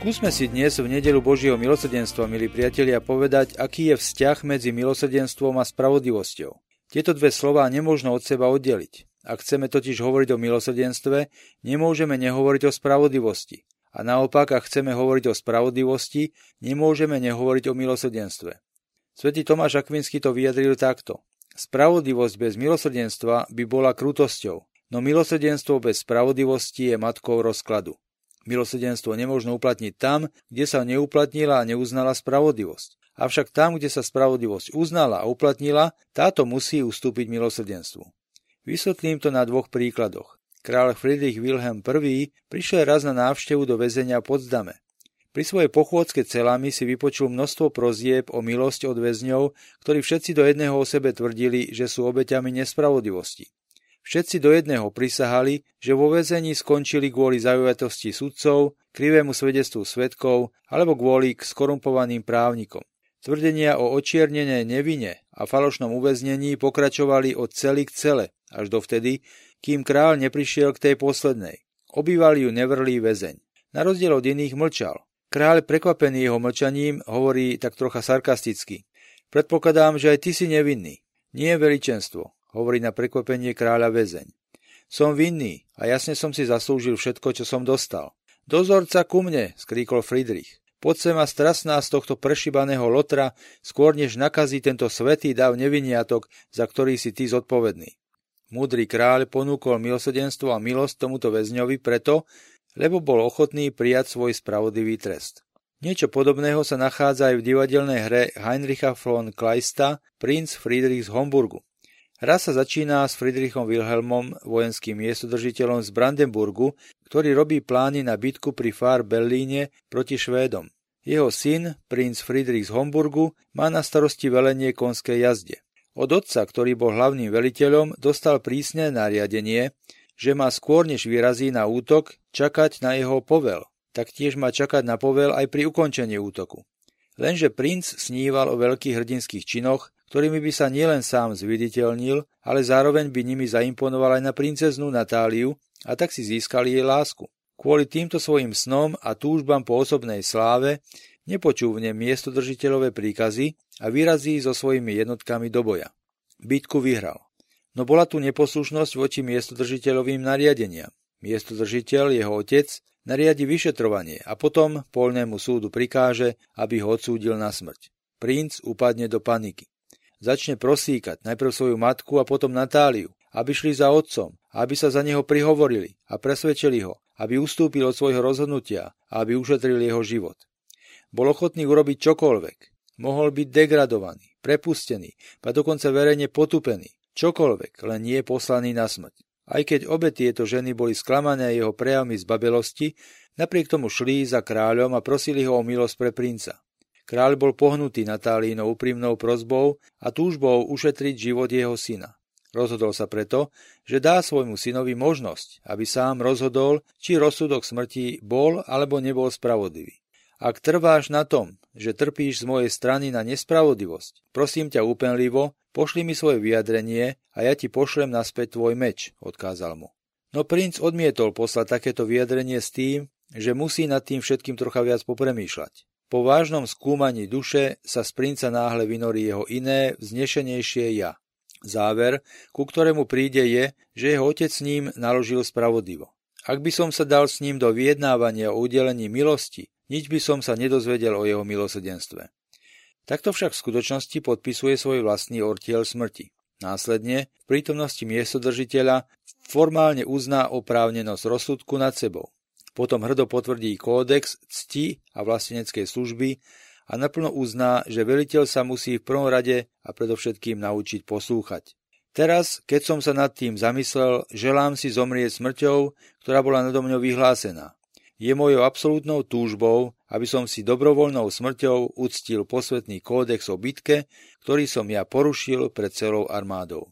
Skúsme si dnes v nedeľu Božieho milosrdenstva, milí priatelia, povedať, aký je vzťah medzi milosrdenstvom a spravodlivosťou. Tieto dve slová nemožno od seba oddeliť. Ak chceme totiž hovoriť o milosrdenstve, nemôžeme nehovoriť o spravodlivosti. A naopak, ak chceme hovoriť o spravodlivosti, nemôžeme nehovoriť o milosrdenstve. Svätý Tomáš Akvinský to vyjadril takto. Spravodlivosť bez milosrdenstva by bola krutosťou, no milosrdenstvo bez spravodlivosti je matkou rozkladu. Milosrdenstvo nemožno uplatniť tam, kde sa neuplatnila a neuznala spravodlivosť. Avšak tam, kde sa spravodlivosť uznala a uplatnila, táto musí ustúpiť milosrdenstvu. Vysvetlím to na dvoch príkladoch. Kráľ Friedrich Wilhelm I prišiel raz na návštevu do väzenia v Potsdame. Pri svojej pochôdzke celami si vypočul množstvo prozieb o milosť od väzňov, ktorí všetci do jedného o sebe tvrdili, že sú obeťami nespravodlivosti. Všetci do jedného prisahali, že vo väzení skončili kvôli zaujatosti sudcov, krivému svedectvu svedkov alebo kvôli skorumpovaným právnikom. Tvrdenia o očiernenej nevine a falošnom uväznení pokračovali od cely k cele, až dovtedy, kým kráľ neprišiel k tej poslednej. Obýval ju nevrlý väzeň. Na rozdiel od iných mlčal. Kráľ, prekvapený jeho mlčaním, hovorí tak trocha sarkasticky. Predpokladám, že aj ty si nevinný. Nie veličenstvo, hovorí na prekvapenie kráľa väzeň. Som vinný a jasne som si zaslúžil všetko, čo som dostal. Dozorca ku mne, skríkol Friedrich. Poď sem a strasná z tohto prešibaného lotra, skôr než nakazí tento svätý dav neviniatok, za ktorý si ty zodpovedný. Múdry kráľ ponúkol milosrdenstvo a milosť tomuto väzňovi preto, lebo bol ochotný prijať svoj spravodlivý trest. Niečo podobného sa nachádza aj v divadelnej hre Heinricha von Kleista Princ Friedrich z Homburgu. Hra sa začína s Friedrichom Wilhelmom, vojenským miestodržiteľom z Brandenburgu, ktorý robí plány na bitku pri Far-Berlíne proti Švédom. Jeho syn, princ Friedrich z Homburgu, má na starosti velenie konskej jazde. Od otca, ktorý bol hlavným veliteľom, dostal prísne nariadenie, že má skôr než vyrazí na útok čakať na jeho povel. Taktiež má čakať na povel aj pri ukončení útoku. Lenže princ sníval o veľkých hrdinských činoch, ktorými by sa nielen sám zviditeľnil, ale zároveň by nimi zaimponoval aj na princeznú Natáliu a tak si získal jej lásku. Kvôli týmto svojim snom a túžbám po osobnej sláve nepočúvne miestodržiteľové príkazy a vyrazí so svojimi jednotkami do boja. Bitku vyhral. No bola tu neposlušnosť voči miestodržiteľovým nariadeniam. Miestodržiteľ, jeho otec, nariadi vyšetrovanie a potom poľnému súdu prikáže, aby ho odsúdil na smrť. Princ upadne do paniky. Začne prosíkať najprv svoju matku a potom Natáliu, aby šli za otcom, aby sa za neho prihovorili a presvedčili ho, aby ustúpil od svojho rozhodnutia a aby ušetril jeho život. Bol ochotný urobiť čokoľvek. Mohol byť degradovaný, prepustený, a dokonca verejne potupený. Čokoľvek, len nie poslaný na smrť. Aj keď obe tieto ženy boli sklamané jeho prejavmi zbabelosti, napriek tomu šli za kráľom a prosili ho o milosť pre princa. Kráľ bol pohnutý Natálínou úprimnou prosbou a túžbou ušetriť život jeho syna. Rozhodol sa preto, že dá svojmu synovi možnosť, aby sám rozhodol, či rozsudok smrti bol alebo nebol spravodlivý. Ak trváš na tom, že trpíš z mojej strany na nespravodlivosť, prosím ťa úpenlivo, pošli mi svoje vyjadrenie a ja ti pošlem naspäť tvoj meč, odkázal mu. No princ odmietol poslať takéto vyjadrenie s tým, že musí nad tým všetkým trocha viac popremýšľať. Po vážnom skúmaní duše sa z princa náhle vynorí jeho iné, vznešenejšie ja. Záver, ku ktorému príde je, že jeho otec s ním naložil spravodlivo. Ak by som sa dal s ním do vyjednávania o udelení milosti, nič by som sa nedozvedel o jeho milosrdenstve. Takto však v skutočnosti podpisuje svoj vlastný ortiel smrti. Následne, v prítomnosti miestodržiteľa, formálne uzná oprávnenosť rozsudku nad sebou. Potom hrdo potvrdí kódex cti a vlasteneckej služby a naplno uzná, že veliteľ sa musí v prvom rade a predovšetkým naučiť poslúchať. Teraz, keď som sa nad tým zamyslel, želám si zomrieť smrťou, ktorá bola nado mňou vyhlásená. Je mojou absolútnou túžbou, aby som si dobrovoľnou smrťou uctil posvätný kódex o bitke, ktorý som ja porušil pred celou armádou.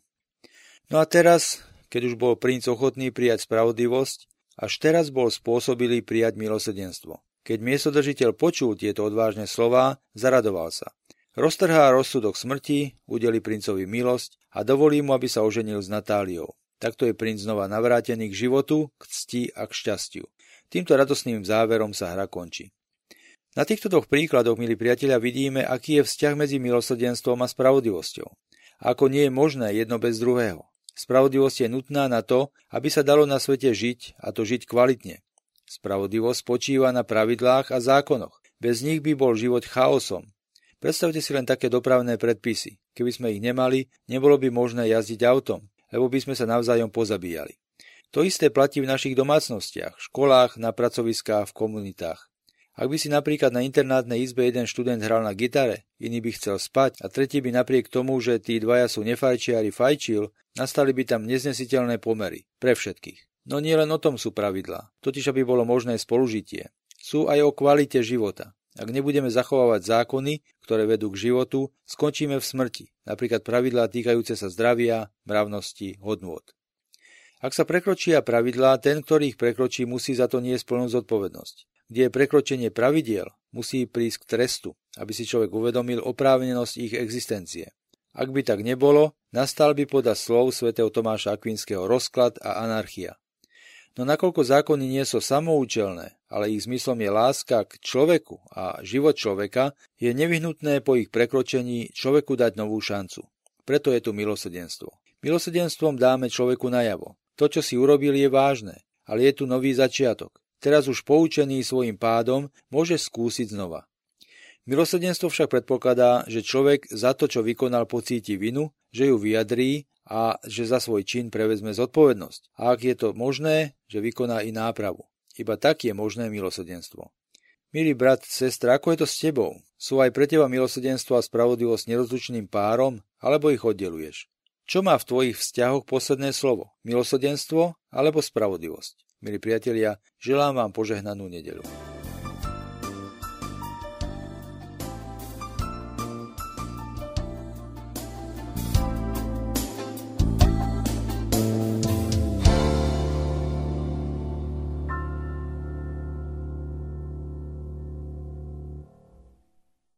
No a teraz, keď už bol princ ochotný prijať spravodlivosť, až teraz bol spôsobilý prijať milosrdenstvo. Keď miestodržiteľ počul tieto odvážne slová, zaradoval sa. Roztrhá rozsudok smrti, udeli princovi milosť a dovolí mu, aby sa oženil s Natáliou. Takto je princ znova navrátený k životu, k cti a k šťastiu. Týmto radosným záverom sa hra končí. Na týchto dvoch príkladoch, milí priatelia, vidíme, aký je vzťah medzi milosrdenstvom a spravodlivosťou. Ako nie je možné jedno bez druhého. Spravodlivosť je nutná na to, aby sa dalo na svete žiť, a to žiť kvalitne. Spravodlivosť spočíva na pravidlách a zákonoch. Bez nich by bol život chaosom. Predstavte si len také dopravné predpisy. Keby sme ich nemali, nebolo by možné jazdiť autom, lebo by sme sa navzájom pozabíjali. To isté platí v našich domácnostiach, školách, na pracoviskách, v komunitách. Ak by si napríklad na internátnej izbe jeden študent hral na gitare, iný by chcel spať a tretí by napriek tomu, že tí dvaja sú nefajčiari, fajčil, nastali by tam neznesiteľné pomery pre všetkých. No nie len o tom sú pravidlá, totiž aby bolo možné spolužitie. Sú aj o kvalite života. Ak nebudeme zachovávať zákony, ktoré vedú k životu, skončíme v smrti, napríklad pravidlá týkajúce sa zdravia, mravnosti, hodnôt. Ak sa prekročia pravidlá, ten, ktorý ich prekročí, musí za to niesť plnú zodpovednosť. Kde je prekročenie pravidiel, musí prísť k trestu, aby si človek uvedomil oprávnenosť ich existencie. Ak by tak nebolo, nastal by podľa slov svätého Tomáša Akvinského rozklad a anarchia. No nakoľko zákony nie sú samoučelné, ale ich zmyslom je láska k človeku a život človeka, je nevyhnutné po ich prekročení človeku dať novú šancu. Preto je tu milosrdenstvo. Milosrdenstvom dáme človeku najavo. To, čo si urobil, je vážne, ale je tu nový začiatok. Teraz už poučený svojím pádom môže skúsiť znova. Milosrdenstvo však predpokladá, že človek za to, čo vykonal, pocíti vinu, že ju vyjadrí a že za svoj čin prevezme zodpovednosť. A ak je to možné, že vykoná i nápravu. Iba tak je možné milosrdenstvo. Milý brat, sestra, ako je to s tebou? Sú aj pre teba milosrdenstvo a spravodlivosť nerozlučným párom, alebo ich oddeluješ? Čo má v tvojich vzťahoch posledné slovo? Milosrdenstvo alebo spravodlivosť? Milí priatelia, želám vám požehnanú nedeľu.